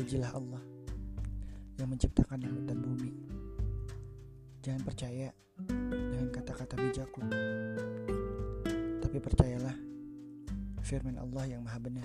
Pujilah Allah yang menciptakan langit dan bumi. Jangan percaya dengan kata-kata bijakku, tapi percayalah firman Allah yang maha benar.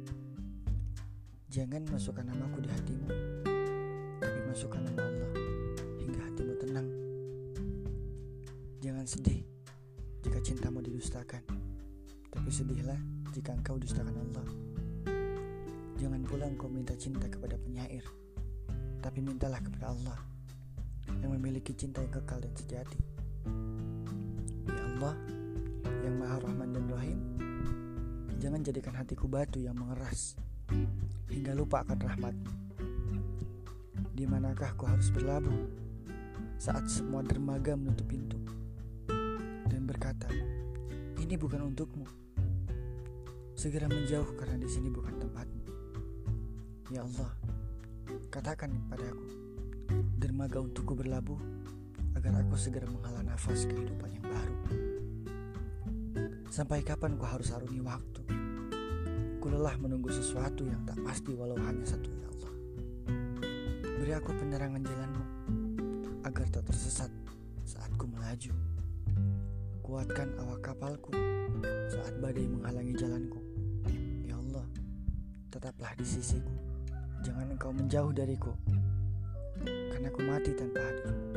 Jangan masukkan namaku di hatimu, tapi masukkan nama Allah hingga hatimu tenang. Jangan sedih jika cintamu didustakan, tapi sedihlah jika engkau dustakan Allah. Jangan pula engkau minta cinta kepada penyair, tapi mintalah kepada Allah yang memiliki cinta yang kekal dan sejati. Ya Allah yang maha Rahman dan Rahim, jangan jadikan hatiku batu yang mengeras hingga lupa akan rahmat-Mu. Di manakah ku harus berlabuh saat semua dermaga menutup pintu dan berkata, ini bukan untukmu. Segera menjauh karena di sini bukan tempatmu. Ya Allah, katakan padaku dermaga untukku berlabuh agar aku segera menghela nafas kehidupan yang baru. Sampai kapan ku harus arungi waktu? Ku lelah menunggu sesuatu yang tak pasti walau hanya satu. Ya Allah, beri aku penerangan jalanmu agar tak tersesat saat ku melaju. Kuatkan awak kapalku saat badai menghalangi jalanku. Ya Allah, tetaplah di sisiku. Jangan engkau menjauh dariku, karena ku mati tanpa hadirmu.